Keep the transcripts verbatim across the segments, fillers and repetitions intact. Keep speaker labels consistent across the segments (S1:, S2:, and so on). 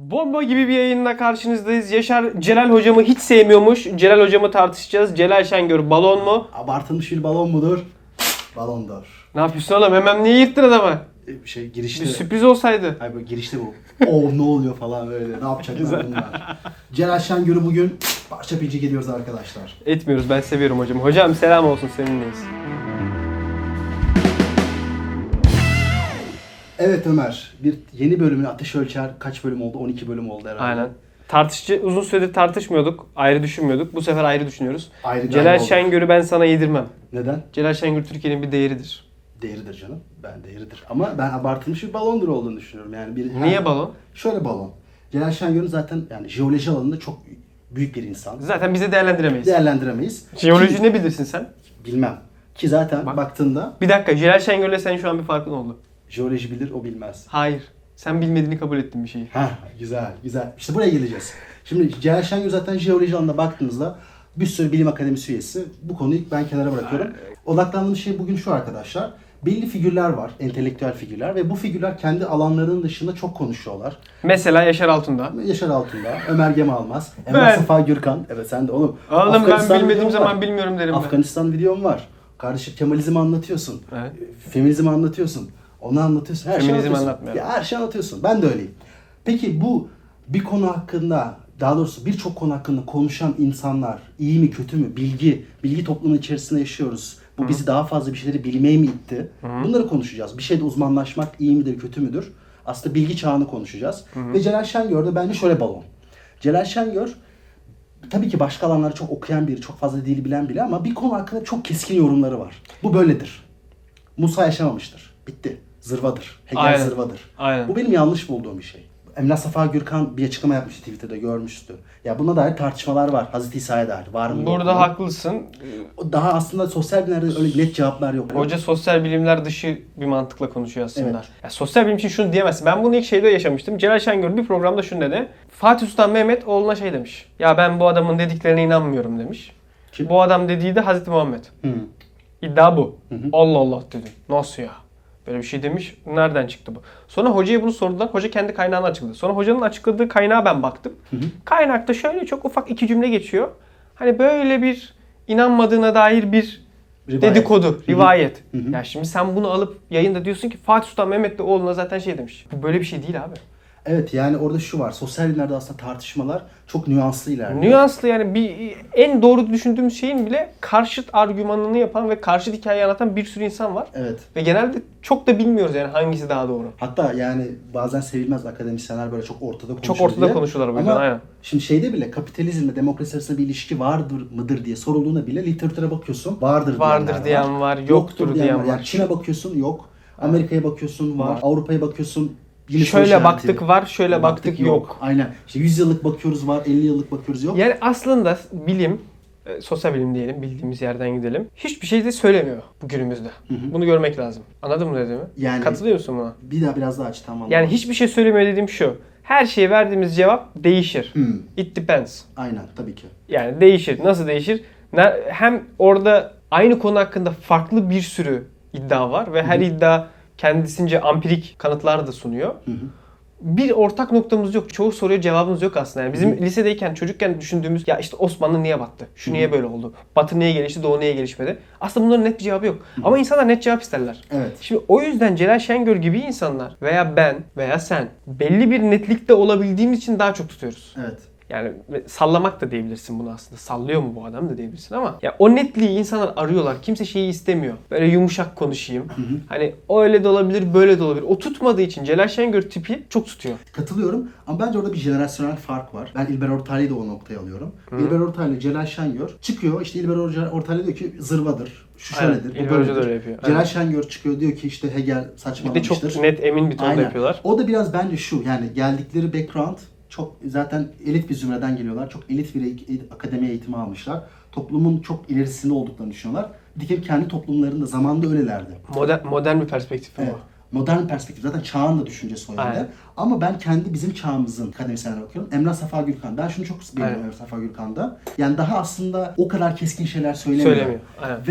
S1: Bomba gibi bir yayınla karşınızdayız. Yaşar Celal hocamı hiç sevmiyormuş. Celal hocamı tartışacağız. Celal Şengör balon mu?
S2: Abartılmış bir balon mudur? Balondur.
S1: Ne yapıyorsun oğlum? Hemen niye yırttın adamı?
S2: Bir şey girişte...
S1: Bir sürpriz olsaydı.
S2: Hayır böyle girişte bu. Oh ne oluyor falan böyle. Ne yapacaklar bunlar? Celal Şengör'ü bugün parça pinçik ediyoruz arkadaşlar.
S1: Etmiyoruz. Ben seviyorum hocam. Hocam selam olsun, seninleyiz.
S2: Evet Ömer, bir yeni bölümün Ateş Ölçer kaç bölüm oldu? on iki bölüm oldu herhalde.
S1: Aynen. Tartışıcı uzun süredir tartışmıyorduk. Ayrı düşünmüyorduk. Bu sefer ayrı düşünüyoruz.
S2: Ayrı
S1: Celal
S2: ayrı
S1: Şengör'ü ben sana yedirmem.
S2: Neden?
S1: Celal Şengör Türkiye'nin bir değeridir.
S2: Değeridir canım. Ben değeridir. Ama ben abartılmış bir balondur olduğunu düşünüyorum. Yani bir
S1: Niye
S2: ha,
S1: balon?
S2: Şöyle balon. Celal Şengör'ün zaten yani jeoloji alanında çok büyük bir insan.
S1: Zaten bizi değerlendiremeyiz.
S2: Değerlendiremeyiz.
S1: Jeoloji
S2: Ki,
S1: ne bilirsin sen?
S2: bilmem. Ki zaten
S1: Bak.
S2: baktığında
S1: Bir dakika. Celal Şengör'le senin şu an bir farkın oldu.
S2: jeoloji bilir, o bilmez.
S1: Hayır. Sen bilmediğini kabul ettin bir şeyi.
S2: Heh, güzel, güzel. İşte buraya geleceğiz. Şimdi Celal Şengör zaten jeoloji alanına baktığınızda bir sürü bilim akademisi üyesi. Bu konuyu ben kenara bırakıyorum. Odaklandığım şey bugün şu arkadaşlar. Belli figürler var, entelektüel figürler ve bu figürler kendi alanlarının dışında çok konuşuyorlar.
S1: Mesela Yaşar Altundağ.
S2: Yaşar Altundağ, Ömer Gemalmaz, Emrah Safa Gürkan. Evet sen de oğlum.
S1: Oğlum ben
S2: Afganistan
S1: bilmediğim
S2: videom
S1: zaman
S2: var.
S1: bilmiyorum derim ben.
S2: Afganistan videom var. Kardeşim Kemalizmi anlatıyorsun.
S1: Evet.
S2: Feminizmi anlatıyorsun. Onu anlatıyorsun. Her
S1: Feminizmi
S2: şeyi anlatıyorsun.
S1: anlatmıyorum.
S2: Ya her şeyi anlatıyorsun. Ben de öyleyim. Peki bu bir konu hakkında, daha doğrusu birçok konu hakkında konuşan insanlar iyi mi kötü mü? Bilgi, bilgi toplumunun içerisinde yaşıyoruz. Bu Hı. bizi daha fazla bir şeyleri bilmeye mi itti? Hı. Bunları konuşacağız. Bir şeyde uzmanlaşmak iyi midir, kötü müdür? Aslında bilgi çağını konuşacağız. Hı. Ve Celal Şengör de bence şöyle balon. Celal Şengör tabii ki başka alanları çok okuyan biri, çok fazla dili bilen biri ama bir konu hakkında çok keskin yorumları var. Bu böyledir. Musa yaşamamıştır. Bitti. Zırvadır. Hegel
S1: Aynen.
S2: zırvadır.
S1: Aynen.
S2: Bu benim yanlış bulduğum bir şey. Emrah Safa Gürkan bir açıklama yapmıştı Twitter'da, görmüştü. Ya buna dair tartışmalar var. Hazreti İsa'ya dair. Var mı?
S1: Burada
S2: yok mu?
S1: haklısın.
S2: Daha aslında sosyal bilimlerde öyle net cevaplar yok.
S1: Hoca sosyal bilimler dışı bir mantıkla konuşuyor aslında.
S2: Evet.
S1: Ya sosyal bilim için şunu diyemezsin. Ben bunu ilk şeyde yaşamıştım. Celal Şengör bir programda şunu dedi. Fatih Sultan Mehmet oğluna şey demiş. Ya ben bu adamın dediklerine inanmıyorum demiş.
S2: Kim?
S1: Bu adam dediği de Hazreti Muhammed.
S2: Hı.
S1: İddia bu.
S2: Hı hı.
S1: Allah Allah dedim. Nasıl ya? Böyle bir şey demiş. Nereden çıktı bu? Sonra hocaya bunu sordular. Hoca kendi kaynağını açıkladı. Sonra hocanın açıkladığı kaynağa ben baktım. Hı hı. Kaynakta şöyle çok ufak iki cümle geçiyor. Hani böyle bir inanmadığına dair bir rivayet. Dedikodu, rivayet. Hı hı. Ya şimdi sen bunu alıp yayında diyorsun ki Fatih Sultan Mehmet de oğluna zaten şey demiş. Bu böyle bir şey değil abi.
S2: Evet yani orada şu var. Sosyal bilimlerde aslında tartışmalar çok nüanslı ilerliyor.
S1: Nüanslı yani bir en doğru düşündüğümüz şeyin bile karşıt argümanını yapan ve karşıt hikayeyi anlatan bir sürü insan var.
S2: Evet.
S1: Ve genelde çok da bilmiyoruz yani hangisi daha doğru.
S2: Hatta yani bazen sevilmez akademisyenler böyle çok ortada konuşuyor
S1: Çok ortada
S2: diye.
S1: konuşuyorlar bu yüzden
S2: Ama
S1: aynen.
S2: şimdi şeyde bile kapitalizmle demokrasi arasında bir ilişki vardır mıdır diye sorulduğunda bile literatüre bakıyorsun. Vardır,
S1: Vardır diyen var, yoktur diyen var.
S2: Yani Çin'e bakıyorsun yok. Amerika'ya bakıyorsun var.
S1: Var.
S2: Avrupa'ya bakıyorsun. Yine
S1: Şöyle baktık var, şöyle baktık, baktık yok. yok.
S2: Aynen. İşte yüz yıllık bakıyoruz var, elli yıllık bakıyoruz yok.
S1: Yani aslında bilim, e, sosyal bilim diyelim, bildiğimiz yerden gidelim. Hiçbir şey de söylemiyor bugünümüzde. Hı hı. Bunu görmek lazım. Anladın mı dediğimi?
S2: Yani,
S1: katılıyor musun buna?
S2: Bir daha biraz daha aç tamam.
S1: Yani hiçbir şey söylemiyor dediğim şu. Her şeye verdiğimiz cevap değişir. Hmm. It depends.
S2: Aynen tabii ki.
S1: Yani değişir. Nasıl değişir? Hem orada aynı konu hakkında farklı bir sürü iddia var ve her Hı-hı. iddia kendisince ampirik kanıtlar da sunuyor. Hı hı. Bir ortak noktamız yok. Çoğu soruya cevabımız yok aslında. Yani bizim hı. lisedeyken, çocukken düşündüğümüz ya işte Osmanlı niye battı? Şu hı. niye böyle oldu? Batı niye gelişti? Doğu niye gelişmedi? Aslında bunların net bir cevabı yok. Hı. Ama insanlar net cevap isterler.
S2: Evet.
S1: Şimdi o yüzden Celal Şengör gibi insanlar veya ben veya sen belli bir netlikte olabildiğimiz için daha çok tutuyoruz.
S2: Evet.
S1: Yani sallamak da diyebilirsin bunu aslında. Sallıyor mu bu adam da diyebilirsin ama ya o netliği insanlar arıyorlar. Kimse şeyi istemiyor. Böyle yumuşak konuşayım. Hı hı. Hani o öyle de olabilir, böyle de olabilir. O tutmadığı için Celal Şengör tipi çok tutuyor. Katılıyorum
S2: ama bence orada bir jenerasyonel fark var. Ben İlber Ortaylı'yı da o noktaya alıyorum. Hı. İlber Ortaylı, Celal Şengör çıkıyor. İşte İlber Ortaylı diyor ki zırvadır. Şu şöyledir,
S1: Aynen,
S2: bu böyledir.
S1: öyle yapıyor.
S2: Celal Şengör çıkıyor diyor ki işte Hegel saçmalamıştır.
S1: Bir de çok net emin bir tonda
S2: Aynen.
S1: yapıyorlar.
S2: O da biraz bence şu yani geldikleri background çok zaten elit bir zümreden geliyorlar. Çok elit bir akademi eğitimi almışlar. Toplumun çok ilerisinde olduklarını düşünüyorlar. Nitekim kendi toplumlarında zamanında öylelerdi.
S1: Modern, modern bir perspektif
S2: evet.
S1: ama.
S2: Modern bir perspektif. Zaten çağın da düşüncesi o yönde. Ama ben kendi bizim çağımızın akademisyenlerine bakıyorum. Emrah Safa Gürkan. Ben şunu çok beğeniyorum Emrah Safa Gürkan'da. Yani daha aslında o kadar keskin şeyler söylemiyor.
S1: Söylemiyor. Aynen.
S2: Ve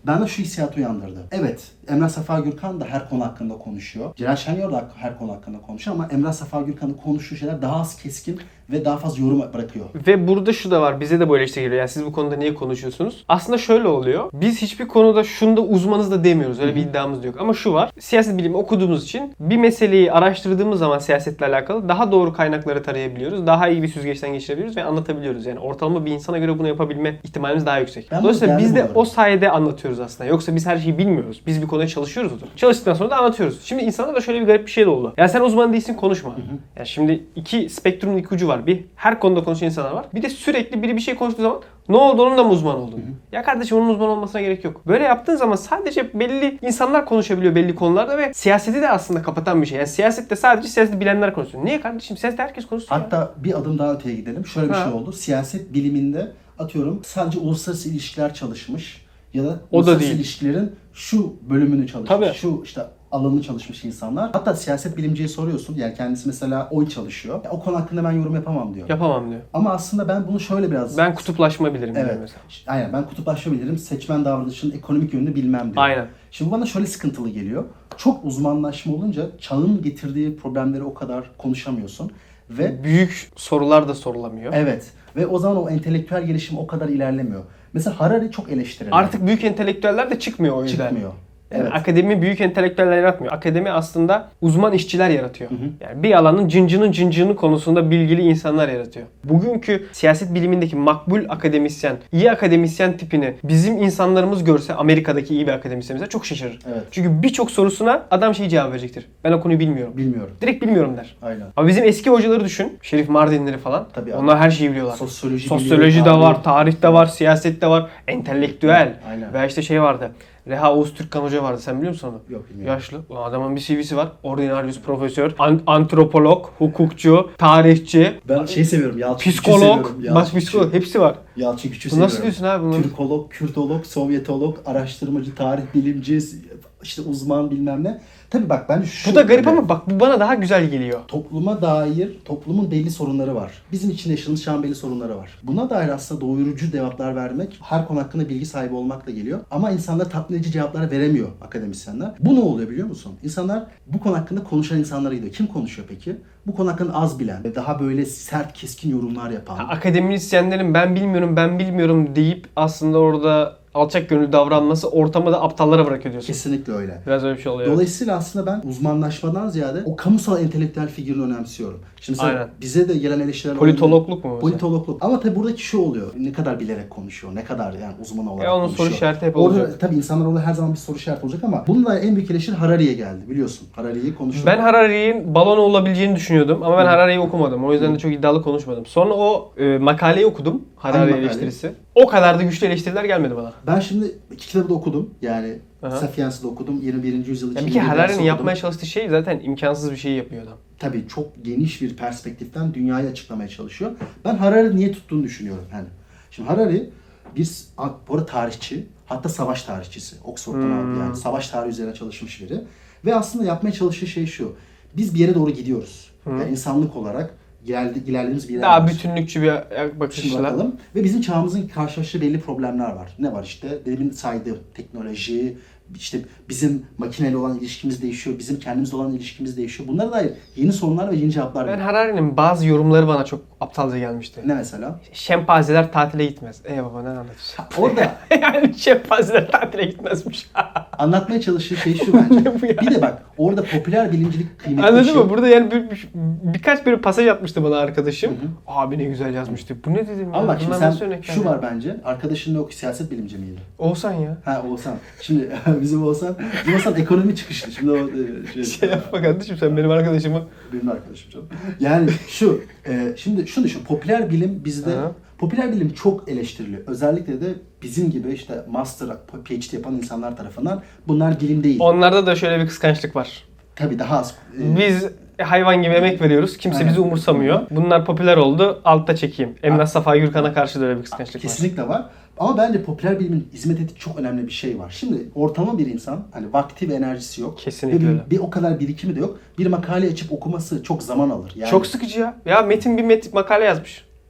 S2: bende şu hissiyatı uyandırdı. Evet, Emrah Safa Gürkan da her konu hakkında konuşuyor. Celal Şengör da her konu hakkında konuşuyor ama Emrah Safa Gürkan'ın konuştuğu şeyler daha az keskin ve daha fazla yorum bırakıyor.
S1: Ve burada şu da var, bize de bu eleştiri geliyor. Yani siz bu konuda niye konuşuyorsunuz? Aslında şöyle oluyor. Biz hiçbir konuda şunda uzmanız da demiyoruz. Öyle bir iddiamız da yok. Ama şu var. Siyaset bilimi okuduğumuz için bir meseleyi araştırdığımız zaman siyasetle alakalı daha doğru kaynakları tarayabiliyoruz. Daha iyi bir süzgeçten geçirebiliyoruz ve anlatabiliyoruz. Yani ortalama bir insana göre bunu yapabilme ihtimalimiz daha yüksek.
S2: Ben
S1: Dolayısıyla biz de
S2: buluyorum.
S1: o sayede anlatıyoruz aslında. Yoksa biz her şeyi bilmiyoruz. Biz bir konuya çalışıyoruz. Çalıştıktan sonra da anlatıyoruz. Şimdi insanlara şöyle bir garip bir şey de oldu. Ya sen uzman değilsin, konuşma. Hı hı. Yani şimdi iki spektrumun iki ucu var. Bir her konuda konuşan insanlar var. Bir de sürekli biri bir şey konuştuğu zaman ne oldu, onun da mı uzman oldun? Hı hı. Ya kardeşim, onun uzman olmasına gerek yok. Böyle yaptığın zaman sadece belli insanlar konuşabiliyor belli konularda ve siyaseti de aslında kapatan bir şey. Yani siyasette sadece siyaseti bilenler konuşuyor. Niye kardeşim? Siyasette herkes konuşuyor.
S2: Hatta ya. bir adım daha öteye gidelim. Şöyle bir ha. şey oldu. Siyaset biliminde atıyorum sadece uluslararası ilişkiler çalışmış ya da
S1: o
S2: uluslararası
S1: da değil.
S2: ilişkilerin şu bölümünü çalışmış.
S1: Tabii.
S2: Şu işte alanını çalışmış insanlar. Hatta siyaset bilimciye soruyorsun. Yani kendisi mesela oy çalışıyor. Ya o konu hakkında ben yorum yapamam diyor.
S1: Yapamam diyor.
S2: Ama aslında ben bunu şöyle biraz...
S1: Ben kutuplaşma bilirim
S2: evet.
S1: diyor mesela.
S2: Aynen, ben kutuplaşma bilirim. Seçmen davranışının ekonomik yönünü bilmem diyor.
S1: Aynen.
S2: Şimdi bana şöyle sıkıntılı geliyor. Çok uzmanlaşma olunca çağın getirdiği problemleri o kadar konuşamıyorsun. Ve
S1: büyük sorular da sorulamıyor.
S2: Evet. Ve o zaman o entelektüel gelişim o kadar ilerlemiyor. Mesela Harari çok eleştirilen.
S1: Artık büyük entelektüeller de çıkmıyor o yüzden.
S2: Çıkmıyor.
S1: Yani
S2: evet.
S1: Akademi büyük entelektüeller yaratmıyor. Akademi aslında uzman işçiler yaratıyor.
S2: Hı hı.
S1: Yani bir alanın cıncının cıncını konusunda bilgili insanlar yaratıyor. Bugünkü siyaset bilimindeki makbul akademisyen, iyi akademisyen tipini bizim insanlarımız görse, Amerika'daki iyi bir akademisyen mesela çok şaşırır.
S2: Evet.
S1: Çünkü birçok sorusuna adam şey cevap verecektir. Ben o konuyu bilmiyorum.
S2: Bilmiyorum.
S1: Direkt bilmiyorum der.
S2: Aynen.
S1: Ama bizim eski hocaları düşün. Şerif Mardinleri falan.
S2: Tabii
S1: onlar
S2: abi.
S1: her şeyi biliyorlar.
S2: Sosyoloji,
S1: Sosyoloji de var, tarih de var, siyaset de var, entelektüel.
S2: Aynen.
S1: Veya işte şey vardı. Reha Oğuz Türkkan Hoca vardı. Sen biliyor musun onu?
S2: Yok, bilmiyorum.
S1: Yaşlı. Ulan adamın bir C V'si var. Ordinarius profesör, an- antropolog, hukukçu, tarihçi,
S2: Ben şey seviyorum. Yalçın
S1: psikolog,
S2: Güç'ü
S1: baş psikolog. Hepsi var.
S2: Yalçın Güç'ü
S1: Bu
S2: seviyorum.
S1: nasıl diyorsun abi bunu?
S2: Türkolog, Kürtolog, Sovyetolog, araştırmacı, tarih bilimci, işte uzman bilmem ne. Tabii bak ben şu...
S1: Bu da garip
S2: evet,
S1: ama bak bu bana daha güzel geliyor.
S2: Topluma dair, toplumun belli sorunları var. Bizim için yaşanmış şu an belli sorunları var. Buna dair aslında doyurucu cevaplar vermek, her konu hakkında bilgi sahibi olmakla geliyor. Ama insanlar tatmin edici cevaplar veremiyor akademisyenler. Bu ne oluyor biliyor musun? İnsanlar bu konu hakkında konuşan insanlara gidiyor. Kim konuşuyor peki? Bu konu hakkında az bilen, daha böyle sert, keskin yorumlar yapan.
S1: Akademisyenlerin ben bilmiyorum, ben bilmiyorum deyip aslında orada alçak gönüllü davranması ortamı da aptallara bırakıyor diyorsun.
S2: Kesinlikle öyle.
S1: Biraz öyle bir şey oluyor.
S2: Dolayısıyla aslında ben uzmanlaşmadan ziyade o kamusal entelektüel figürünü önemsiyorum. Şimdi mesela
S1: aynen.
S2: bize de gelen eleştiriler...
S1: Politologluk mu?
S2: Politologluk. Ama tabii buradaki şu oluyor. Ne kadar bilerek konuşuyor, ne kadar yani uzman olarak
S1: e onun
S2: konuşuyor.
S1: soru işareti hep
S2: orada,
S1: olacak.
S2: tabii insanlar orada her zaman bir soru işareti olacak ama bunun da en büyük eleştiri Harari'ye geldi biliyorsun. Harari'yi konuştuk.
S1: Ben Harari'nin balon olabileceğini düşünüyordum ama ben Hı. Harari'yi okumadım. O yüzden de çok iddialı konuşmadım. Sonra o e, makaleyi okudum. Harari eleştirisi. O kadar da güçlü eleştiriler gelmedi bana.
S2: Ben şimdi iki kitabı da okudum. Yani
S1: Aha.
S2: Sapiens'i de okudum. yirmi birinci yüzyıl için.
S1: Ya bir kere Harari'nin yapmaya çalıştığı şey zaten imkansız bir şey yapıyor adam.
S2: Tabii çok geniş bir perspektiften dünyayı açıklamaya çalışıyor. Ben Harari niye tuttuğunu düşünüyorum. Yani şimdi Harari bir bu arada tarihçi, hatta savaş tarihçisi. Oxford'dan hmm. aldı yani. Savaş tarihi üzerine çalışmış biri. Ve aslında yapmaya çalıştığı şey şu. Biz bir yere doğru gidiyoruz. Hmm. Yani insanlık olarak geldi, ilerlediğimiz bir yere
S1: daha
S2: var.
S1: bütünlükçü bir bakışla.
S2: Ve bizim çağımızın karşılaştığı belli problemler var. Ne var işte? Demin saydığım teknoloji, işte bizim makineyle olan ilişkimiz değişiyor, bizim kendimizle olan ilişkimiz değişiyor. Bunlara dair yeni sorunlar ve yeni cevaplar.
S1: Ben Harari'nin bazı yorumları bana çok aptalca gelmişti.
S2: Ne mesela?
S1: Şempanzeler tatile gitmez. Ey baba ne anlatıyorsun?
S2: Orada
S1: yani şempanzeler tatile gitmezmiş.
S2: Anlatmaya çalıştığı şey şu bence. Bir de bak orada popüler bilimcilik kıymetli.
S1: Anladın
S2: şey.
S1: mı? Burada yani bir, bir, birkaç bir pasaj atmıştı bana arkadaşım. Hı hı. Abi ne güzel yazmıştı. Bu ne dedim ya?
S2: Ama bak şimdi
S1: bunlar
S2: sen şu var bence. Arkadaşın ne okuyor? Siyaset bilimci miydi?
S1: Oğuzhan ya.
S2: Ha Oğuzhan. Şimdi bizim Oğuzhan, bizim Oğuzhan ekonomi çıkışlı. Şimdi o
S1: şey, şey yapma kardeşim sen benim arkadaşımı.
S2: Benim arkadaşım canım. Yani şu, e, şimdi şunu düşün. Popüler bilim bizde, Aha. popüler bilim çok eleştiriliyor. Özellikle de bizim gibi işte master, P H D yapan insanlar tarafından bunlar bilim değil.
S1: Onlarda da şöyle bir kıskançlık var.
S2: Tabii daha az.
S1: E, Biz hayvan gibi emek veriyoruz. Kimse Aynen. bizi umursamıyor. Bunlar popüler oldu. Altta çekeyim. Emrah Safa Gürkan'a karşı da öyle bir kıskançlık
S2: Kesinlikle
S1: var.
S2: var. Ama bence popüler bilimin hizmet ettiği çok önemli bir şey var. Şimdi ortalama bir insan hani vakti ve enerjisi yok.
S1: Kesinlikle
S2: ve
S1: öyle.
S2: Bir, bir o kadar birikimi de yok. Bir makale açıp okuması çok zaman alır. Yani...
S1: Çok sıkıcı ya. Ya Metin bir met makale yazmış.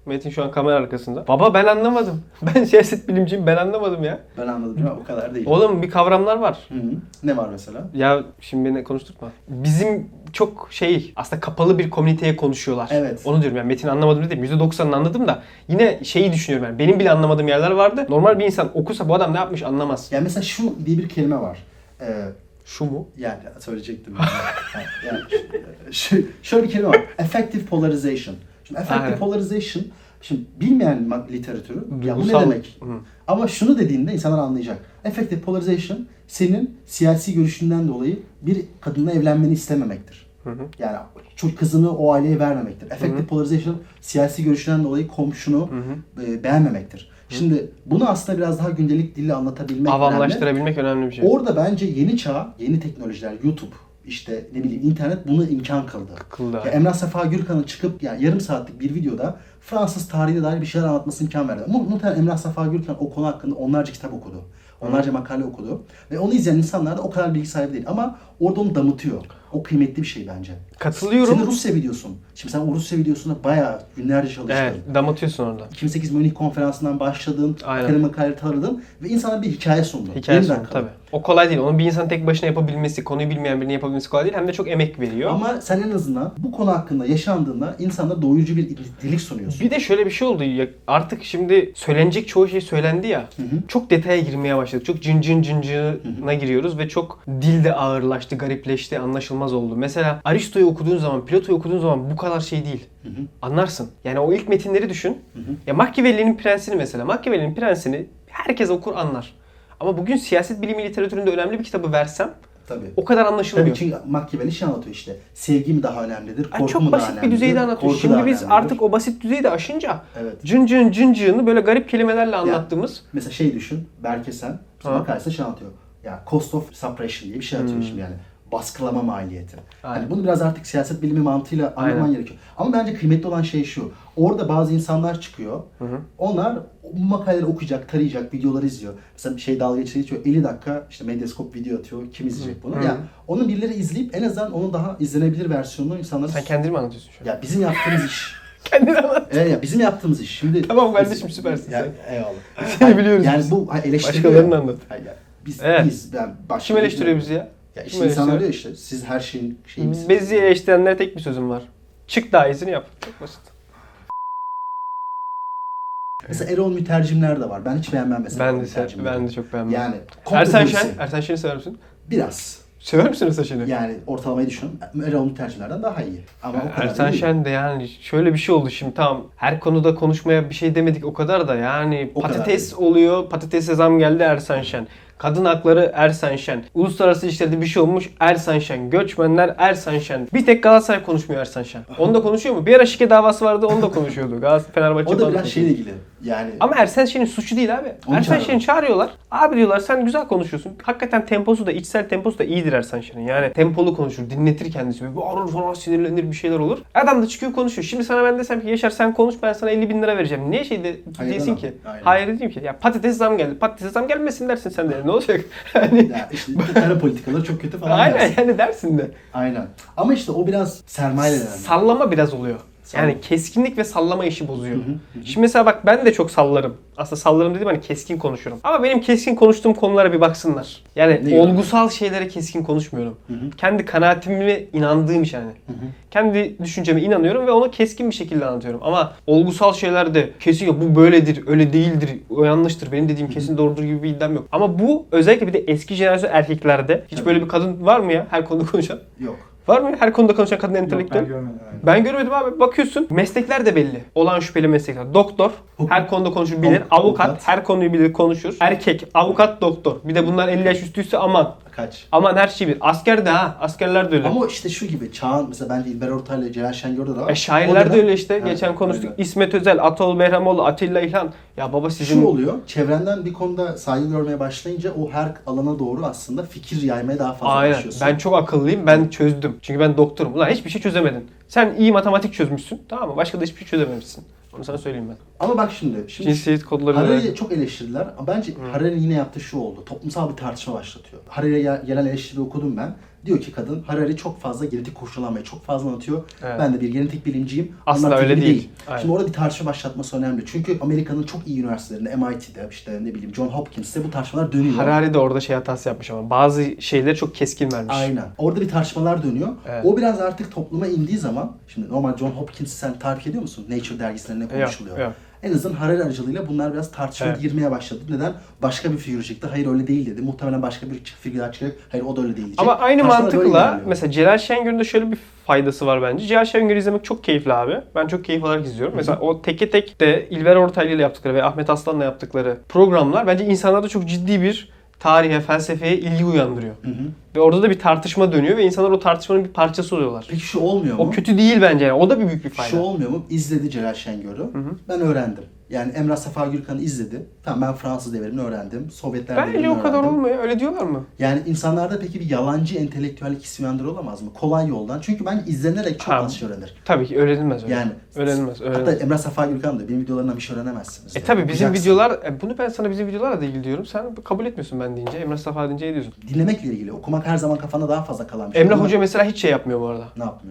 S1: Metin şu an kamera arkasında. Baba ben anlamadım. Ben siyaset bilimciyim, ben anlamadım ya.
S2: Ben anladım ama o kadar değil.
S1: Oğlum bir kavramlar var.
S2: Hı hı. Ne var mesela?
S1: Ya şimdi beni konuşturma. Bizim çok şey aslında kapalı bir komüniteye konuşuyorlar.
S2: Evet.
S1: Onu diyorum yani Metin anlamadım dedim. yüzde doksanını anladım da yine şeyi düşünüyorum yani. Benim bile anlamadığım yerler vardı. Normal bir insan okusa bu adam ne yapmış anlamaz.
S2: Yani mesela şu diye bir kelime var. Ee,
S1: Şu mu?
S2: yani söyleyecektim. yani, şu, şöyle bir kelime var. Effective polarization. Şimdi effective
S1: Aynen.
S2: polarization, şimdi bilmeyen ma- literatürü, ya bu ne
S1: Duygusal-
S2: demek?
S1: Hı.
S2: Ama şunu dediğinde insanlar anlayacak. Effective polarization, senin siyasi görüşünden dolayı bir kadınla evlenmeni istememektir.
S1: Hı hı.
S2: Yani çok kızını o aileye vermemektir. Effective
S1: Hı hı.
S2: polarization, siyasi görüşünden dolayı komşunu
S1: Hı hı.
S2: e, beğenmemektir. Şimdi bunu aslında biraz daha gündelik dille anlatabilmek önemli.
S1: Avamlaştırabilmek önemli bir şey.
S2: Orada bence yeni çağ, yeni teknolojiler, YouTube, işte ne bileyim internet bunu imkan kıldı.
S1: Kıldı.
S2: Ya Emrah Safa Gürkan'ın çıkıp yani yarım saatlik bir videoda Fransız tarihine dair bir şeyler anlatması imkan verdi. Mu- Muhtemelen Emrah Safa Gürkan o konu hakkında onlarca kitap okudu. Onlarca makale okudu. Ve onu izleyen insanlar da o kadar bilgi sahibi değil. Ama orada onu damıtıyor. O kıymetli bir şey bence.
S1: Katılıyorum.
S2: Senin Rusya videosun. Şimdi sen o Rusya videosuna bayağı günlerce çalıştın.
S1: Evet, damıtıyorsun orada.
S2: iki bin sekiz Münih konferansından başladın,
S1: Aynen.
S2: akademik makaleleri taradın ve insana bir hikaye sundun.
S1: Hikaye
S2: yirmi
S1: sonu
S2: dakikada.
S1: tabii. O kolay değil. Onu bir insan tek başına yapabilmesi, konuyu bilmeyen birinin yapabilmesi kolay değil. Hem de çok emek veriyor.
S2: Ama sen en azından bu konu hakkında yaşandığında insanlara doyurucu bir dilik sunuyorsun.
S1: Bir de şöyle bir şey oldu. Ya artık şimdi söylenecek çoğu şey söylendi ya.
S2: Hı hı.
S1: Çok detaya girmeye başladık. Çok cın cın cın cına giriyoruz ve çok dil de ağırlaştı, garipleşti, anlaşılmaz oldu. Mesela Aristo'yu okuduğun zaman, Plato'yu okuduğun zaman bu kadar şey değil.
S2: Hı hı.
S1: Anlarsın. Yani o ilk metinleri düşün.
S2: Hı hı.
S1: Ya Machiavelli'nin Prensini mesela. Machiavelli'nin Prensini herkes okur anlar. Ama bugün siyaset bilimi literatüründe önemli bir kitabı versem
S2: Tabii.
S1: o kadar anlaşılmıyor.
S2: Tabii çünkü Machiavelli şey anlatıyor işte. Sevgi mi daha önemlidir, korku
S1: Yani
S2: mu
S1: çok
S2: daha
S1: basit
S2: önemlidir?
S1: bir düzeyde anlatıyor.
S2: korku
S1: Şimdi
S2: daha
S1: biz
S2: önemlidir?
S1: artık o basit düzeyi de aşınca
S2: Evet.
S1: cın cın cın cığını böyle garip kelimelerle anlattığımız.
S2: Mesela şey düşün, Berkesen,
S1: Ha.
S2: bakarsın şey anlatıyor. Ya cost of suppression diye bir şey anlatıyor
S1: Hmm.
S2: şimdi yani. Baskılama maliyeti.
S1: Aynen.
S2: Hani bunu biraz artık siyaset bilimi mantığıyla anlaman
S1: Aynen.
S2: gerekiyor. Ama bence kıymetli olan şey şu. Orada bazı insanlar çıkıyor.
S1: Hı hı.
S2: Onlar bu makaleleri okuyacak, tarayacak, videoları izliyor. Mesela bir şey dalga geçiyor, geçiyor. elli dakika işte Medyascope video atıyor. Kim izleyecek bunu?
S1: Hı.
S2: Ya onu birileri izleyip en azından onun daha izlenebilir versiyonunu insanlara...
S1: Sen kendini mi anlatıyorsun şu an?
S2: Ya bizim yaptığımız iş.
S1: Kendini anlat.
S2: Evet ya bizim yaptığımız iş. Şimdi
S1: Tamam kardeşim, süpersin
S2: Ya,
S1: sen.
S2: eyvallah.
S1: Seni biliyoruz
S2: Yani
S1: biz.
S2: bu hani eleştiri.
S1: Başkalarını anlat.
S2: Hayır, ya, biz
S1: Evet.
S2: biz ben başka
S1: Kim eleştiriyor bizi ya?
S2: Ya
S1: Kim
S2: işte insanlar
S1: eleştiriyor?
S2: diyor işte siz her şeyin şeyi misiniz?
S1: Bizi eleştirenlere tek bir sözüm var. Çık daha iyisini yap. Çok basit.
S2: Mesela Erol Mütercimler de var. Ben hiç beğenmem mesela.
S1: Ben
S2: Erol
S1: de, se-
S2: Mütercimleri.
S1: ben de çok beğenmem.
S2: Yani
S1: Ersen
S2: kontroversi.
S1: Şen, Ersen Şen'i sever misin?
S2: Biraz.
S1: Sever misin Ersen Şen'i?
S2: Yani ortalamayı düşün. Erol Mütercimlerden daha iyi. Ama o kadar
S1: Ersen
S2: değil.
S1: Şen de yani şöyle bir şey oldu şimdi, tamam her konuda konuşmaya bir şey demedik o kadar da yani
S2: O kadar
S1: patates oluyor, patatese zam geldi Ersen Şen. Kadın hakları Ersen Şen. Uluslararası ilişkilerde bir şey olmuş Ersen Şen. Göçmenler Ersen Şen. Bir tek Galatasaray konuşmuyor Ersen Şen. Onu da konuşuyor mu? Bir ara şike davası vardı, onu da konuşuyordu. Galatasaray Fenerbahçe
S2: O da
S1: falan
S2: biraz
S1: konuşuyor.
S2: şeyle ilgili. Yani
S1: Ama Ersen Şen'in suçu değil abi.
S2: Onu
S1: Ersen
S2: çağırıyorlar.
S1: Şen'i çağırıyorlar. Abi diyorlar sen güzel konuşuyorsun. Hakikaten temposu da, içsel temposu da iyidir Ersen Şen'in. Yani tempolu konuşur, dinletir kendisi. Bir bağırır falan, sinirlenir, bir şeyler olur. Adam da çıkıyor konuşuyor. Şimdi sana ben desem ki Yaşar sen konuş, ben sana elli bin lira vereceğim. Niye şey de
S2: Hayır
S1: diyesin
S2: demem.
S1: ki?
S2: Aynen.
S1: Hayır diyeyim ki. Ya patates zam geldi. Patates zam gelmesin dersin sen de. Ne olacak? Hani
S2: ya işte kara politikaları çok kötü falan.
S1: aynen
S2: dersin.
S1: yani dersin de.
S2: Aynen. Ama işte o biraz sermaye önemli.
S1: Sallama biraz oluyor.
S2: Sallama.
S1: Yani keskinlik ve sallama işi bozuyor.
S2: Hı hı, hı.
S1: Şimdi mesela bak ben de çok sallarım. Aslında sallarım dediğim hani keskin konuşurum. Ama benim keskin konuştuğum konulara bir baksınlar. Yani
S2: Ne
S1: olgusal şeylere keskin konuşmuyorum.
S2: Hı hı.
S1: Kendi kanaatime inandığım iş yani.
S2: Hı hı.
S1: Kendi düşünceme inanıyorum ve onu keskin bir şekilde anlatıyorum. Ama olgusal şeylerde kesin bu böyledir, öyle değildir, o yanlıştır, benim dediğim kesin doğrudur gibi bir iddiam yok. Ama bu özellikle bir de eski jenerasyon erkeklerde hiç
S2: Tabii.
S1: böyle bir kadın var mı ya her konuda konuşan?
S2: Yok.
S1: Var mı? Her konuda konuşan kadın
S3: Yok,
S1: entelektüel.
S3: ben görmedim. Yani.
S1: Ben görmedim abi. Bakıyorsun meslekler de belli. Olan şüpheli meslekler. Doktor
S2: Hukuk.
S1: her konuda konuşur bilir.
S2: Avuk-
S1: Avukat,
S2: avukat.
S1: her konuyu bilir konuşur. Erkek, avukat, doktor. Bir de bunlar elli yaş üstüyse aman.
S2: Kaç?
S1: Aman her şeyi bilir. Asker de ha. Askerler de öyle.
S2: Ama işte şu gibi çağın mesela bence İlber Ortaylı, Celal Şengör'de de var.
S1: E, şairler
S2: O
S1: de
S2: dönem-
S1: öyle işte.
S2: Ha,
S1: Geçen konuştuk.
S2: aynen.
S1: İsmet Özel, Atol Behramoğlu, Atilla İlhan. Ya baba sizin...
S2: Şu oluyor, çevrenden bir konuda saygı görmeye başlayınca o her alana doğru aslında fikir yaymaya daha fazla
S1: Aynen.
S2: başlıyorsun.
S1: Ben çok akıllıyım. Ben çözdüm. Çünkü ben doktorum. Ulan hiçbir şey çözemedin. Sen iyi matematik çözmüşsün. Tamam mı? Başka da hiçbir şey çözememişsin. Onu sana söyleyeyim ben.
S2: Ama bak şimdi, şimdi
S1: Cinsiyet kodları...
S2: Harari'yi çok eleştirdiler ama bence Harari'nin yine yaptığı şu oldu. Toplumsal bir tartışma başlatıyor. Harari'ye gel- gelen eleştiri okudum ben. Diyor ki kadın, Harari çok fazla genetik koşullanmayı çok fazla anlatıyor.
S1: Evet.
S2: Ben de bir genetik bilimciyim.
S1: Aslında
S2: Anlattığı
S1: öyle
S2: gibi
S1: değil. Aynen.
S2: Şimdi orada bir tartışma başlatması önemli. Çünkü Amerika'nın çok iyi üniversitelerinde, M I T'de, işte ne bileyim John Hopkins'te bu tartışmalar dönüyor.
S1: Harari de orada şey hatası yapmış ama bazı şeyleri çok keskin vermiş.
S2: Aynen. Orada bir tartışmalar dönüyor.
S1: Evet.
S2: O biraz artık topluma indiği zaman, şimdi normal John Hopkins'i sen takip ediyor musun? Nature dergisinde ne konuşuluyor?
S1: Yok, yok.
S2: En azından Harari aracılığıyla bunlar biraz tartışmaya
S1: Evet.
S2: girmeye başladı. Neden? Başka bir figür çıktı. Hayır öyle değil dedi. Muhtemelen başka bir figür çıkacak. Hayır o da öyle değil diyecek.
S1: Ama aynı
S2: Tartışmalar böyle
S1: mantıkla
S2: ilerliyor.
S1: mesela Celal Şengör'ün de şöyle bir faydası var bence. Celal Şengör'ü izlemek çok keyifli abi. Ben çok keyif alarak izliyorum.
S2: Hı-hı.
S1: Mesela o Teke Tek de İlber Ortaylı ile yaptıkları ve Ahmet Aslan'la yaptıkları programlar bence insanlarda çok ciddi bir tarihe, felsefeye ilgi uyandırıyor.
S2: Hı hı.
S1: Ve orada da bir tartışma dönüyor ve insanlar o tartışmanın bir parçası oluyorlar.
S2: Peki şu olmuyor mu?
S1: O kötü değil bence yani. O da bir büyük bir fayda.
S2: Şu olmuyor mu? İzledi Celal Şengör'ü.
S1: Hı hı.
S2: Ben öğrendim. Yani Emrah Safa Gürkan'ı izledi. Tamam ben Fransız devrimini öğrendim. Sovyetler
S1: Bence
S2: devrimini
S1: o kadar
S2: öğrendim.
S1: olmuyor. Öyle diyorlar mı?
S2: Yani insanlarda peki bir yalancı entelektüellik hissi uyandırıyor olamaz mı? Kolay yoldan. Çünkü ben izlenerek çok
S1: Ha.
S2: az şey öğrenir.
S1: Tabii ki öğrenilmez öyle.
S2: Yani
S1: öğrenilmez.
S2: hatta
S1: öğrenilmez.
S2: Emrah Safa Gürkan da benim videolarımdan bir şey öğrenemezsiniz.
S1: E
S2: diyor.
S1: tabii bizim
S2: Okuyacaksın.
S1: videolar, e, bunu ben sana bizim videolarla da ilgili diyorum. Sen kabul etmiyorsun ben deyince. Emrah Safa deyince ediyorsun.
S2: Dinlemekle ilgili. Okumak her zaman kafanda daha fazla kalan bir şey.
S1: Emrah
S2: Ama
S1: Hoca mesela hiç şey yapmıyor bu arada.
S2: ne yapmıyor?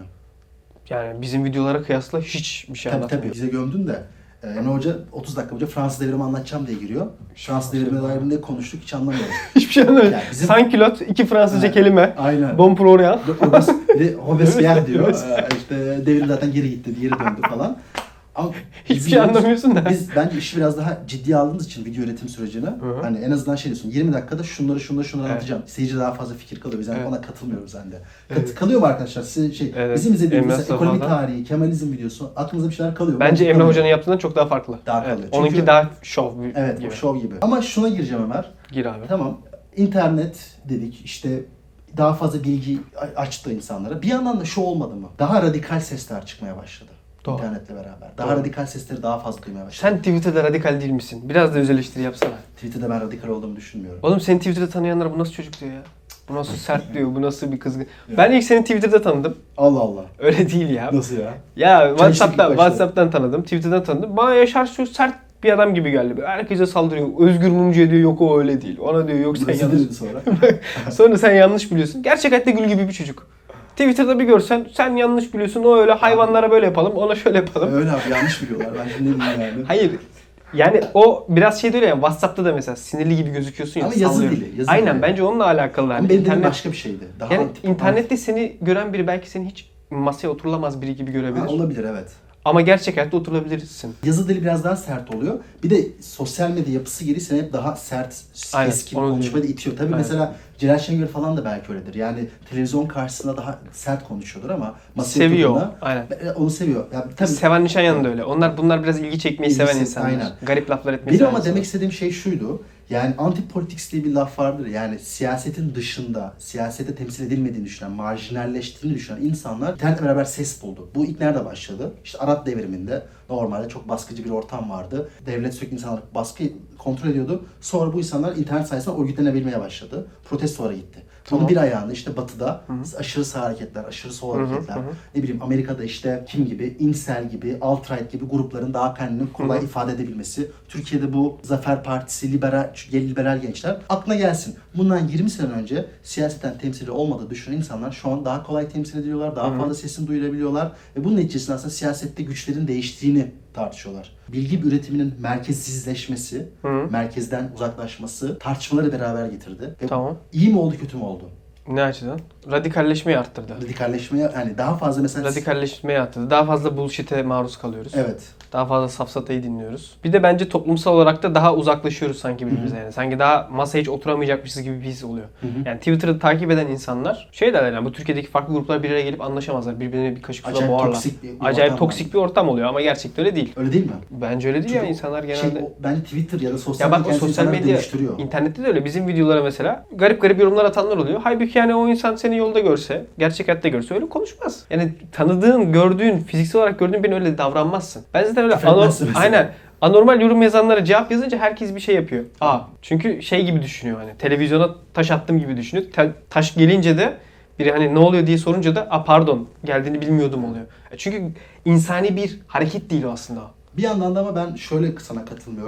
S1: Yani bizim videolara kıyasla hiç bir şey
S2: Tabii
S1: anlatmıyor.
S2: tabii. Bize gömdün de e, Emre Hoca otuz dakika önce Fransız devrimi anlatacağım diye giriyor. Fransız devrimi dair ne konuştuk hiç anlamıyorum.
S1: Hiçbir şey anlamıyorum.
S2: Yani bizim-
S1: Sankilot, iki Fransızca
S2: Ha,
S1: kelime.
S2: Aynen.
S1: Bon pour rien.
S2: Robes, bir de Robespierre diyor. Ee, işte devrim zaten geri gitti, geri döndü falan. Ama
S1: Hiçbir
S2: bizim
S1: şey
S2: videomuz-
S1: anlamıyorsun da.
S2: Biz bence işi biraz daha ciddiye aldığımız için video üretim sürecini
S1: hı.
S2: hani en azından şey diyorsun yirmi dakikada şunları şunları şunları
S1: Evet.
S2: anlatacağım. Seyirci daha fazla fikir kalıyor. Biz yani
S1: Evet.
S2: ona katılmıyoruz ben de.
S1: Evet.
S2: Kat- Kalıyor mu arkadaşlar? Size şey
S1: Evet.
S2: bizim izlediğimiz
S1: Emrah
S2: mesela ekonomi
S1: Safa'dan.
S2: tarihi, Kemalizm videosu aklınıza bir şeyler kalıyor.
S1: Bence Emrah
S2: kalıyor.
S1: Hoca'nın yaptığından çok daha farklı.
S2: Daha
S1: Evet,
S2: kalıyor.
S1: Onunki
S2: Çünkü-
S1: daha şov bir-
S2: Evet,
S1: gibi.
S2: o şov gibi. Ama şuna gireceğim Ömer.
S1: Gir abi.
S2: Tamam. İnternet dedik işte daha fazla bilgi a- açtı insanlara. Bir yandan da şu olmadı mı? Daha radikal sesler çıkmaya başladı.
S1: Doğru.
S2: İnternetle beraber. Daha
S1: Doğru.
S2: radikal sesleri daha fazla duymaya başladı.
S1: Sen Twitter'da radikal değil misin? Biraz da öz eleştiri yapsana.
S2: Twitter'da ben radikal olduğumu düşünmüyorum.
S1: Oğlum seni Twitter'da tanıyanlar bu nasıl çocuk diyor ya. Bu nasıl sert diyor, bu nasıl bir kızgın. Ben ilk seni Twitter'da tanıdım.
S2: Allah Allah.
S1: Öyle değil ya.
S2: Nasıl ya?
S1: Ya
S2: Çalıştık
S1: WhatsApp'tan,
S2: ilk başta.
S1: WhatsApp'tan tanıdım, Twitter'dan tanıdım. Bana Yaşar çok sert bir adam gibi geldi. Böyle herkese saldırıyor. Özgür Mumcu'ya diyor yok o öyle değil. Ona diyor yok sen
S2: Nasıl
S1: yanlış.
S2: dedi sonra?
S1: Sonra sen yanlış biliyorsun. Gerçek hayatta gül gibi bir çocuk. Twitter'da bir görsen sen yanlış biliyorsun. O öyle hayvanlara böyle yapalım, ona şöyle yapalım.
S2: Öyle abi yanlış biliyorlar. Ben şimdi ne bileyim yani.
S1: Hayır. Yani o biraz şey diyor ya WhatsApp'ta da mesela sinirli gibi gözüküyorsun ya.
S2: Ama yazı
S1: sallıyorum.
S2: dili, yazı
S1: Aynen
S2: dili.
S1: bence onunla alakalı.
S2: Ama
S1: Yani
S2: benim dediğim
S1: internet,
S2: başka bir şeydi. Daha
S1: yani
S2: anti-
S1: internette seni gören biri belki seni hiç masaya oturulamaz biri gibi görebilir.
S2: Ha, olabilir evet.
S1: Ama gerçek hayatta oturabilirsin.
S2: Yazı dili biraz daha sert oluyor. Bir de sosyal medya yapısı gereği seni hep daha sert,
S1: Aynen,
S2: keskin
S1: onu
S2: konuşmaya da
S1: diyorum.
S2: itiyor. Tabii
S1: Aynen.
S2: mesela Celal Şengör falan da belki öyledir. Yani televizyon karşısında daha sert konuşuyordur ama masaya
S1: Seviyor.
S2: oturduğunda-
S1: Aynen.
S2: E, onu seviyor. Yani tabii
S1: Seven Nişanyan da öyle. Onlar bunlar biraz ilgi çekmeyi
S2: İlgisi-
S1: seven insanlar.
S2: aynen.
S1: Garip laflar etmeyi
S2: benim
S1: seven
S2: ama
S1: insanlar.
S2: demek istediğim şey şuydu. Yani antipolitics diye bir laf vardır. Yani siyasetin dışında, siyasete temsil edilmediğini düşünen, marjinalleştiğini düşünen insanlar internetle beraber ses buldu. Bu ilk nerede başladı? İşte Arap devriminde normalde çok baskıcı bir ortam vardı. Devlet sürekli insanları baskı kontrol ediyordu. Sonra bu insanlar internet sayesinde örgütlenebilmeye başladı. Protestolara gitti.
S1: Tamam.
S2: Onun bir ayağında işte batıda aşırı sağ hareketler, aşırı sol
S1: Hı hı,
S2: hareketler,
S1: hı hı.
S2: ne bileyim Amerika'da işte kim gibi, incel gibi, alt-right gibi grupların daha kendini kolay
S1: Hı hı.
S2: ifade edebilmesi. Türkiye'de bu Zafer Partisi, liberal, liberal gençler aklına gelsin. Bundan yirmi sene önce siyaseten temsili olmadığı düşünen insanlar şu an daha kolay temsil ediliyorlar, daha
S1: Hı hı.
S2: fazla sesini duyurabiliyorlar ve bunun neticesinde aslında siyasette güçlerin değiştiğini tartışıyorlar. Bilgi üretiminin merkezsizleşmesi,
S1: Hı hı.
S2: merkezden uzaklaşması tartışmaları beraber getirdi. Ve
S1: Tamam.
S2: iyi mi oldu, kötü mü oldu?
S1: Ne açıdan? Radikalleşmeyi arttırdı.
S2: Radikalleşmeye yani daha fazla mesela
S1: Radikalleşmeyi arttırdı. Daha fazla bullshit'e maruz kalıyoruz.
S2: evet.
S1: Daha fazla safsatayı dinliyoruz. Bir de bence toplumsal olarak da daha uzaklaşıyoruz sanki birbirimize yani. Sanki daha masaya hiç oturamayacakmışız gibi bir his oluyor.
S2: Hı hı.
S1: Yani Twitter'ı takip eden insanlar şey derler yani bu Türkiye'deki farklı gruplar bir araya gelip anlaşamazlar. Birbirine bir kaşık suda
S2: Acayip
S1: boğarlar.
S2: toksik bir, bir
S1: Acayip
S2: ortam
S1: toksik
S2: var.
S1: bir ortam oluyor ama gerçekten öyle değil.
S2: Öyle değil mi?
S1: Bence öyle değil
S2: Çünkü
S1: ya insanlar
S2: o
S1: genelde.
S2: Şey, o, bence Twitter ya da sosyal
S1: Ya bak o
S2: medya
S1: sosyal
S2: insanları
S1: medya,
S2: dönüştürüyor.
S1: internette de öyle. Bizim videolara mesela garip garip yorumlar atanlar oluyor. Halbuki yani o insan seni yolda görse, gerçek hayatta görse öyle konuşmaz. Yani tanıdığın, gördüğün, fiziksel olarak gördüğün birine öyle davranmazsın. Ben zaten öyle
S2: Küfür
S1: ano-
S2: etmezsin mesela.
S1: aynen anormal yorum yazanlara cevap yazınca herkes bir şey yapıyor. Aa, çünkü şey gibi düşünüyor hani televizyona taş attım gibi düşünüyor. Ta- taş gelince de biri hani ne oluyor diye sorunca da a pardon geldiğini bilmiyordum oluyor. E Çünkü insani bir hareket değil o aslında.
S2: Bir yandan da ama ben şöyle sana katılmıyorum.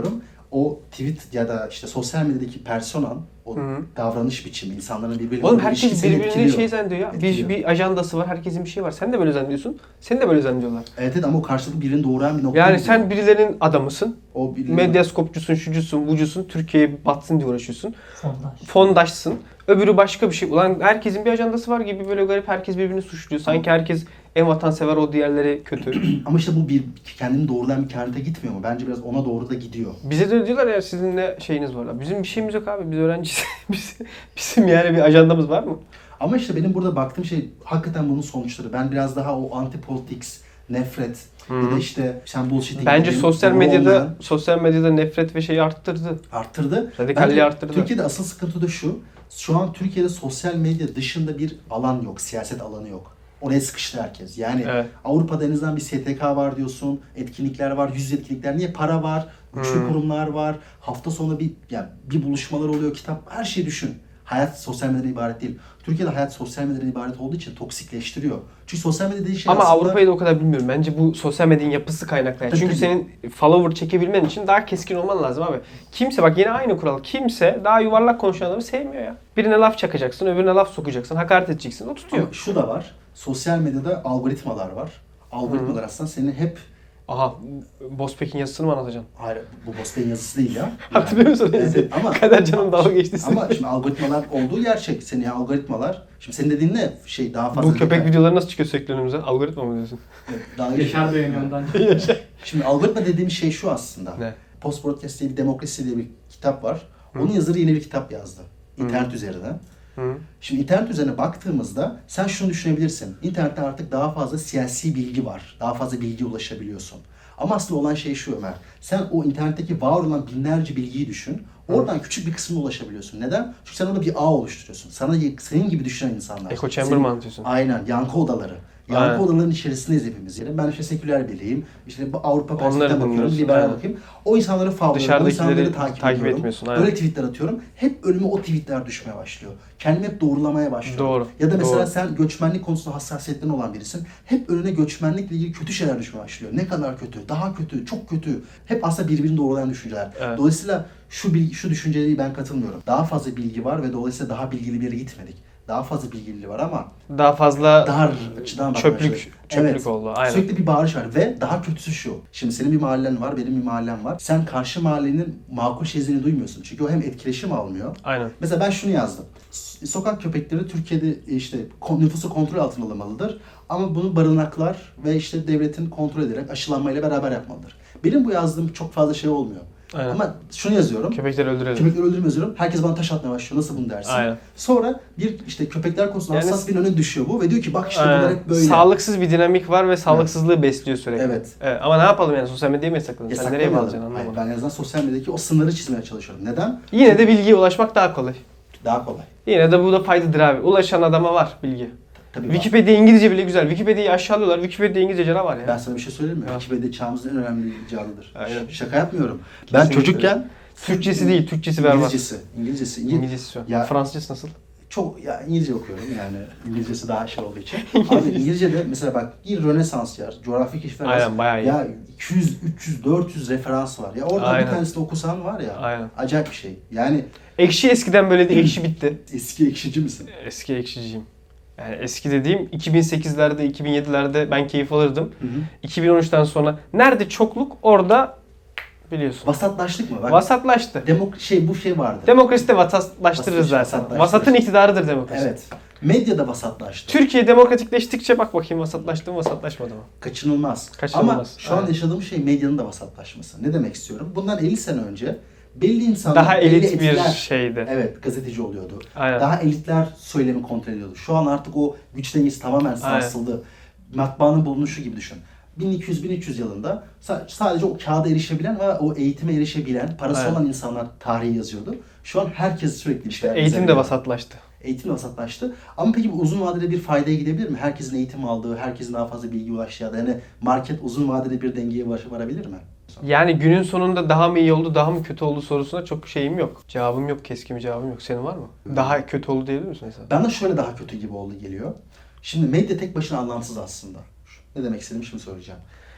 S2: o tweet ya da işte sosyal medyadaki personan, o
S1: Hı hı.
S2: davranış biçimi, insanların birbiriyle
S1: Oğlum
S2: olan
S1: herkes
S2: ilişkisini
S1: birbirini
S2: etkiliyor.
S1: şey zannediyor ya. Bir,
S2: Etkiliyor.
S1: bir ajandası var, herkesin bir şey var. Sen de böyle zannediyorsun. Seni de böyle zannediyorlar.
S2: Evet, evet ama o karşılıklı birbirini doğuran bir nokta.
S1: Yani
S2: gidiyor.
S1: sen birilerinin adamısın.
S2: o birbirini-
S1: Medyaskopçusun, şucusun, bucusun. Türkiye batsın diye uğraşıyorsun.
S3: Sondaj.
S1: Fondaşsın. Öbürü başka bir şey. Ulan herkesin bir ajandası var gibi böyle garip herkes birbirini suçluyor. Sanki herkes en vatansever, o diğerleri kötü.
S2: Ama işte bu bir kendini doğrulayan bir kehanete gitmiyor mu? Bence biraz ona doğru da gidiyor.
S1: Bize de diyorlar ya sizin ne şeyiniz var. Bizim bir şeyimiz yok abi. Biz öğrenciyiz. Biz- Bizim yani bir ajandamız var mı?
S2: Ama işte benim burada baktığım şey hakikaten bunun sonuçları. Ben biraz daha o anti-politics, nefret ya da işte sen bullshit'e
S1: Bence
S2: gidelim,
S1: sosyal
S2: doğru
S1: medyada
S2: olmayan
S1: sosyal medyada nefret ve şeyi arttırdı.
S2: arttırdı.
S1: Radikalliği
S2: Bence
S1: arttırdı.
S2: Türkiye'de asıl sıkıntı da şu. Şu an Türkiye'de sosyal medya dışında bir alan yok, siyaset alanı yok. Oraya sıkıştı herkes. Yani
S1: Evet.
S2: Avrupa'da en azından bir S T K var diyorsun, etkinlikler var, yüz yüze etkinlikler. Niye? Para var, güçlü
S1: Hmm.
S2: kurumlar var, hafta sonu bir yani bir buluşmalar oluyor, kitap, her şeyi düşün. Hayat sosyal medyadan ibaret değil. Türkiye'de hayat sosyal medyadan ibaret olduğu için toksikleştiriyor. Çünkü sosyal medya dediğin şey
S1: Ama
S2: aslında...
S1: Avrupa'yı da o kadar bilmiyorum. Bence bu sosyal medyanın yapısı kaynaklı. Yani.
S2: Tabii,
S1: Çünkü
S2: tabii.
S1: senin follower çekebilmen için daha keskin olman lazım abi. Kimse bak yine aynı kural. Kimse daha yuvarlak konuşan adamı sevmiyor ya. Birine laf çakacaksın, öbürüne laf sokacaksın, hakaret edeceksin. O tutuyor.
S2: Ama şu da var. Sosyal medyada algoritmalar var. Algoritmalar aslında senin hep...
S1: Aha, Bospek'in yazısını mı anlatacaksın?
S2: Hayır, bu Bosbey'in yazısı değil ya.
S1: Hatırlıyor musun?
S2: Evet, evet, ama
S1: Kader canım dalga geçti.
S2: Ama şimdi algoritmalar olduğu gerçek. Senin ya algoritmalar. Şimdi senin dediğin ne? Şey daha fazla...
S1: Bu köpek
S2: detay-
S1: videoları nasıl çıkıyor sürekli önümüze? Algoritma mı diyorsun?
S2: Evet, daha
S3: Yaşar Bey'in yönden.
S2: Şimdi algoritma dediğim şey şu aslında.
S1: Ne?
S2: Post Broadcast diye bir demokrasi diye bir kitap var. Onun yazarı yeni bir kitap yazdı. İnternet üzerine.
S1: Hı.
S2: Şimdi internet üzerine baktığımızda sen şunu düşünebilirsin. İnternette artık daha fazla siyasi bilgi var. Daha fazla bilgiye ulaşabiliyorsun. Ama aslında olan şey şu Ömer. Sen o internetteki var olan binlerce bilgiyi düşün. Oradan küçük bir kısmına ulaşabiliyorsun. Neden? Çünkü sen orada bir ağ oluşturuyorsun. Sana senin gibi düşünen insanlar.
S1: Echo chamber
S2: Senin-
S1: mı anlatıyorsun?
S2: Aynen. Yankı odaları. Yankı
S1: Aynen.
S2: odalarının içerisindeyiz hepimiz. Yani ben işte seküler biriyim. İşte bu Avrupa
S1: Onları
S2: perspektifinden bakıyorum.
S1: dinliyorsun,
S2: Liberal
S1: aynen.
S2: bakayım. O insanları favlıyorum. O
S1: Dışarıdakileri
S2: insanları takip,
S1: takip
S2: ediyorum.
S1: etmiyorsun, aynen.
S2: Öyle tweetler atıyorum. Hep önüme o tweetler düşmeye başlıyor. Kendimi hep doğrulamaya başlıyorum.
S1: Doğru,
S2: Ya da mesela
S1: doğru.
S2: sen göçmenlik konusunda hassasiyetlerin olan birisin. Hep önüne göçmenlikle ilgili kötü şeyler düşmeye başlıyor. Ne kadar kötü, daha kötü, çok kötü. Hep aslında birbirini doğrulayan düşünceler.
S1: Evet.
S2: Dolayısıyla şu bilgi, şu düşünceye ben katılmıyorum. Daha fazla bilgi var ve dolayısıyla daha bilgili bir yere gitmedik. Daha fazla bilgili var ama
S1: Daha fazla
S2: dar açıdan bakmaya
S1: çöplük
S2: çalışıyor.
S1: çöplük
S2: Evet.
S1: oldu. Aynen.
S2: Sürekli bir bağırış var ve daha kötüsü şu. Şimdi senin bir mahallen var, benim bir mahallem var. Sen karşı mahallenin makul şeylerini duymuyorsun. Çünkü o hem etkileşim almıyor.
S1: Aynen.
S2: Mesela ben şunu yazdım. S- Sokak köpekleri Türkiye'de işte kon- nüfusu kontrol altına alınmalıdır. Ama bunu barınaklar ve işte devletin kontrol ederek aşılanmayla beraber yapmalıdır. Benim bu yazdığım çok fazla şey olmuyor.
S1: Aynen.
S2: Ama şunu yazıyorum.
S1: Köpekleri öldürelim.
S2: Köpekleri öldürme yazıyorum. Herkes bana taş atmaya başlıyor. Nasıl bunu dersin?
S1: Aynen.
S2: Sonra bir işte köpekler konusunda
S1: Yani-
S2: hassas birinin önüne düşüyor bu ve diyor ki bak işte
S1: Aynen.
S2: bunlar hep böyle.
S1: Sağlıksız bir dinamik var ve sağlıksızlığı besliyor sürekli.
S2: Evet.
S1: Ama ne yapalım yani sosyal medyayı mı yasakladın? Sen nereye
S2: Yasaklamayalım.
S1: bağlayacaksın
S2: Hayır,
S1: anlamadım.
S2: ben en azından sosyal medyadaki o sınırları çizmeye çalışıyorum. Neden?
S1: Yine de bilgiye ulaşmak daha kolay.
S2: Daha kolay.
S1: Yine de bu da faydadır abi. Ulaşan adama var bilgi.
S2: Tabii
S1: Wikipedia İngilizce bile güzel. Wikipedia'yı aşağılıyorlar. Wikipedia İngilizce canavar ya.
S2: ben sana bir şey söyleyeyim mi?
S1: Ya.
S2: Wikipedia çağımızın en önemli canlıdır.
S1: Aynen.
S2: Şaka yapmıyorum. Ben
S1: Kesinlikle.
S2: çocukken
S1: Türkçesi değil, Türkçesi berbat.
S2: İngilizcesi. İngilizcesi. İngiliz...
S1: İngilizcesi şu an.
S2: Ya-
S1: Fransızcası nasıl?
S2: Çok ya İngilizce okuyorum yani. İngilizcesi daha şey olduğu için. Abi İngilizce'de mesela bak bir Rönesans yer, coğrafi keşifler yaz.
S1: Aynen, bayağı iyi.
S2: Ya iki yüz, üç yüz, dört yüz referans var. Ya orada
S1: Aynen.
S2: bir tanesini okusan var ya.
S1: Aynen.
S2: Acayip bir şey. Yani
S1: Ekşi eskiden böyleydi, ekşi bitti.
S2: eski ekşici misin?
S1: Eski ekşiciyim. Yani eski dediğim iki bin sekizlerde, iki bin yedilerde ben keyif alırdım.
S2: Hı hı.
S1: iki bin on üçten sonra nerede çokluk orada biliyorsun.
S2: Vasatlaştık mı? Bak,
S1: Vasatlaştı.
S2: demok şey bu şey vardı.
S1: Demokrasi de vasatlaştırır
S2: Vasatlaştır,
S1: zaten.
S2: vasatlaştır.
S1: Vasatın iktidarıdır demokrasi.
S2: Evet. Medya da vasatlaştı.
S1: Türkiye demokratikleştikçe bak bakayım vasatlaştı mı vasatlaşmadı mı?
S2: Kaçınılmaz.
S1: Kaçınılmaz,
S2: Ama şu an
S1: aynen.
S2: yaşadığım şey medyanın da vasatlaşması. Ne demek istiyorum? Bundan elli sene önce belli insanlar,
S1: Daha
S2: belli
S1: elit bir
S2: etkiler-
S1: şeydi.
S2: Evet, gazeteci oluyordu.
S1: Aynen.
S2: Daha elitler söylemi kontrol ediyordu. Şu an artık o güç dengesi tamamen sarsıldı. Matbaanın bulunuşu gibi düşün. bin iki yüz bin üç yüz yılında sa- sadece o kağıda erişebilen ve o eğitime erişebilen, parası
S1: Aynen.
S2: olan insanlar tarihi yazıyordu. Şu an herkes sürekli bir şeyler
S1: Eğitim de
S2: yazabiliyor.
S1: vasatlaştı.
S2: Eğitim de vasatlaştı. Ama peki bu uzun vadede bir faydaya gidebilir mi? Herkesin eğitim aldığı, herkesin daha fazla bilgi ulaştığı ya da yani market uzun vadede bir dengeye var- varabilir mi?
S1: Yani günün sonunda daha mı iyi oldu, daha mı kötü oldu sorusuna çok şeyim yok. Cevabım yok, keskin bir cevabım yok. Senin var mı? Daha kötü oldu diyebilir misin mesela?
S2: Bana şöyle daha kötü gibi oldu geliyor. Şimdi medya tek başına anlamsız aslında. Ne demek istediğimi şimdi söyleyeceğim.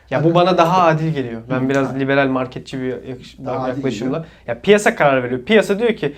S1: Ya bu bana daha adil geliyor. Ben
S2: Hı,
S1: biraz
S2: aynen.
S1: liberal marketçi bir yakış-
S2: Daha adil
S1: yaklaşımla. Ya piyasa karar veriyor. Piyasa diyor ki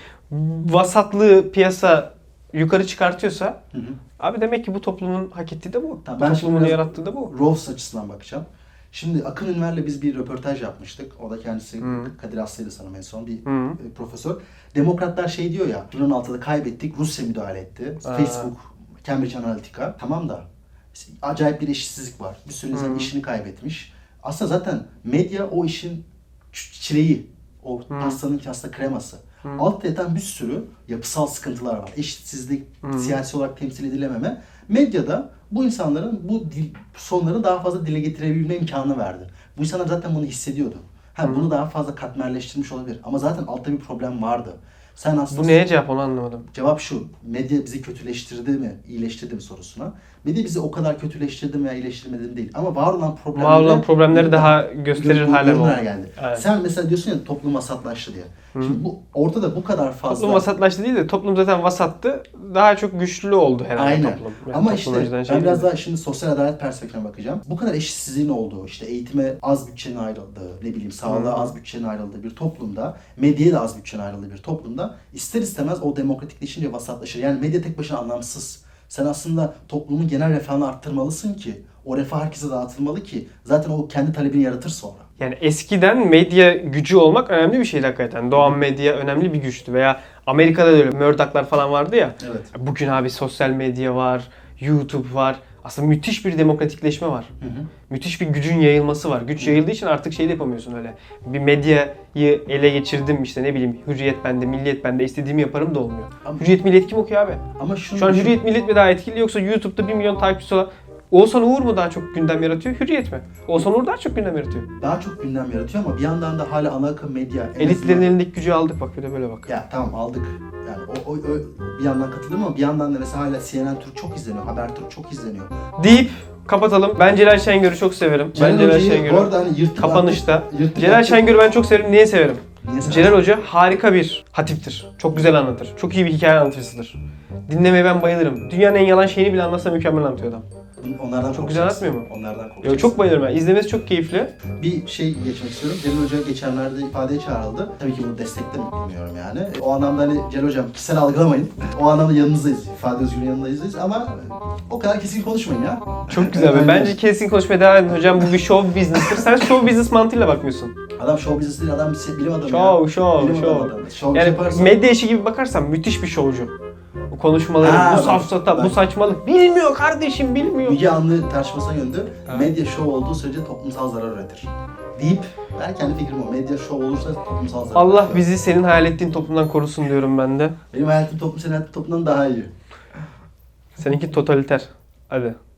S1: vasatlığı piyasa yukarı çıkartıyorsa
S2: Hı hı.
S1: abi demek ki bu toplumun hak ettiği de bu.
S2: Tamam,
S1: bu
S2: ben şimdi
S1: toplumun
S2: biraz
S1: yarattığı da bu.
S2: Rawls açısından bakacağım. Şimdi Akın Ünver'le biz bir röportaj yapmıştık. O da kendisi
S1: Hı.
S2: Kadir Aslı'ydı sanırım en son bir
S1: Hı.
S2: e, profesör. Demokratlar şey diyor ya, iki bin on altıda kaybettik, Rusya müdahale etti.
S1: Aa.
S2: Facebook, Cambridge Analytica. Tamam da acayip bir eşitsizlik var. Bir sürü insan
S1: Hı.
S2: işini kaybetmiş. Aslında zaten medya o işin ç- çileği. O
S1: Hı.
S2: pastanın aslında kreması.
S1: Hı.
S2: Altta yatan bir sürü yapısal sıkıntılar var. Eşitsizlik,
S1: Hı.
S2: siyasi olarak temsil edilememe. Medyada bu insanların bu dil, sorunları daha fazla dile getirebilme imkanı verdi. Bu insanlar zaten bunu hissediyordu. Ha,
S1: Hı.
S2: bunu daha fazla katmerleştirmiş olabilir. Ama zaten altta bir problem vardı. Sen aslında
S1: Bu neye cevap onu anlamadım.
S2: cevap şu. Medya bizi kötüleştirdi mi, iyileştirdi mi sorusuna. Medya bizi o kadar kötüleştirdi mi veya iyileştirmedi mi değil. Ama var olan problemleri,
S1: Var olan problemleri daha gösterir hale
S2: görünür
S1: oldu.
S2: geldi.
S1: Evet.
S2: Sen mesela diyorsun ya toplum vasatlaştı diye.
S1: Hı.
S2: Şimdi bu ortada bu kadar fazla.
S1: Toplum vasatlaştı değil de toplum zaten vasattı. Daha çok güçlü oldu herhalde
S2: Aynen.
S1: toplum. Yani
S2: Ama
S1: toplum
S2: işte
S1: önceden
S2: ben
S1: şey
S2: biraz
S1: değildi.
S2: daha şimdi sosyal adalet perspektifine bakacağım. Bu kadar eşitsizliğin olduğu, işte eğitime az bütçenin ayrıldığı, ne bileyim sağlığa
S1: Hı.
S2: az bütçenin ayrıldığı bir toplumda, medyaya da az bütçenin ayrıldığı bir toplumda ister istemez o demokratikleşince vasatlaşır. Yani medya tek başına anlamsız. Sen aslında toplumun genel refahını arttırmalısın ki, o refah herkese dağıtılmalı ki zaten o kendi talebini yaratır sonra.
S1: Yani eskiden medya gücü olmak önemli bir şeydi hakikaten. Doğan medya önemli bir güçtü. Veya Amerika'da da öyle Murdoch'lar falan vardı ya.
S2: Evet.
S1: Bugün abi sosyal medya var, YouTube var. Aslında müthiş bir demokratikleşme var.
S2: Hı hı.
S1: Müthiş bir gücün yayılması var. Güç yayıldığı için artık şey de yapamıyorsun öyle. Bir medyayı ele geçirdim işte ne bileyim Hürriyet bende, Milliyet bende istediğimi yaparım da olmuyor.
S2: Ama-
S1: Hürriyet Milliyet kim okuyor abi?
S2: Ama şunu
S1: Şu an
S2: düşün-
S1: Hürriyet Milliyet mi daha etkili yoksa YouTube'da bir milyon takipçisi olan Oğuzhan Uğur mu daha çok gündem yaratıyor, Hürriyet mi? Oğuzhan Uğur daha çok gündem yaratıyor.
S2: daha çok gündem yaratıyor ama bir yandan da hala ana akım medya. en
S1: Elitlerin
S2: azından-
S1: elindeki gücü aldık bak bir de böyle bak.
S2: Ya tamam aldık. Yani o, o, o bir yandan katılıyorum ama bir yandan da mesela hala C N N Türk çok izleniyor. Habertürk çok izleniyor.
S1: Deyip kapatalım. Ben Celal Şengör'ü çok severim. ben Celal
S2: Hoca'yı bu
S1: Şengör'ü
S2: arada hani yırtıp
S1: kapanışta.
S2: attık- yırtıp
S1: Celal
S2: attık.
S1: Şengör'ü ben çok severim. Niye severim?
S2: Niye sen-
S1: Celal Hoca harika bir hatiptir. Çok güzel anlatır. Çok iyi bir hikaye anlatıcısıdır. Dinlemeye ben bayılırım. Dünyanın en yalan şeyini bile anlatsa mükemmel anlatıyor adam.
S2: Onlardan
S1: Çok güzel
S2: korkacaksın.
S1: atmıyor mu?
S2: Onlardan korkacaksın.
S1: Yo, çok bayılırım ben. İzlemesi çok keyifli.
S2: Bir şey geçmek istiyorum. Celal Hoca geçenlerde ifadeye çağrıldı. Tabii ki bunu desteklerim bilmiyorum yani. O anlamda hani Celal Hocam kişisel algılamayın. O anlamda yanınızdayız. İfade özgürlüğü yanınızdayız ama o kadar kesin konuşmayın ya.
S1: Çok güzel.
S2: Aynen.
S1: Bence kesin konuşmaya devam edin. Hocam bu bir show business'tır. Sen show business mantığıyla bakmıyorsun.
S2: Adam show business değil, adam bir bilim adamı
S1: Show,
S2: ya.
S1: show,
S2: Bilim
S1: show.
S2: adamı adam. Show
S1: Yani
S2: yaparsan-
S1: medya işi gibi bakarsan müthiş bir şovcu. Bu konuşmaları,
S2: Ha,
S1: bu
S2: bak,
S1: safsata, bu
S2: bak.
S1: saçmalık. Bilmiyor kardeşim, bilmiyor.
S2: Müge Anlı tartışmasına döndü.
S1: Ha.
S2: Medya şov olduğu sürece toplumsal zarar üretir. Deyip, ben kendi fikrim o. Medya şov olursa toplumsal zarar
S1: Allah
S2: üretir.
S1: bizi senin hayal ettiğin toplumdan korusun diyorum ben de.
S2: Benim hayatım toplum, senin hayatın toplumdan daha iyi.
S1: Seninki totaliter. Hadi.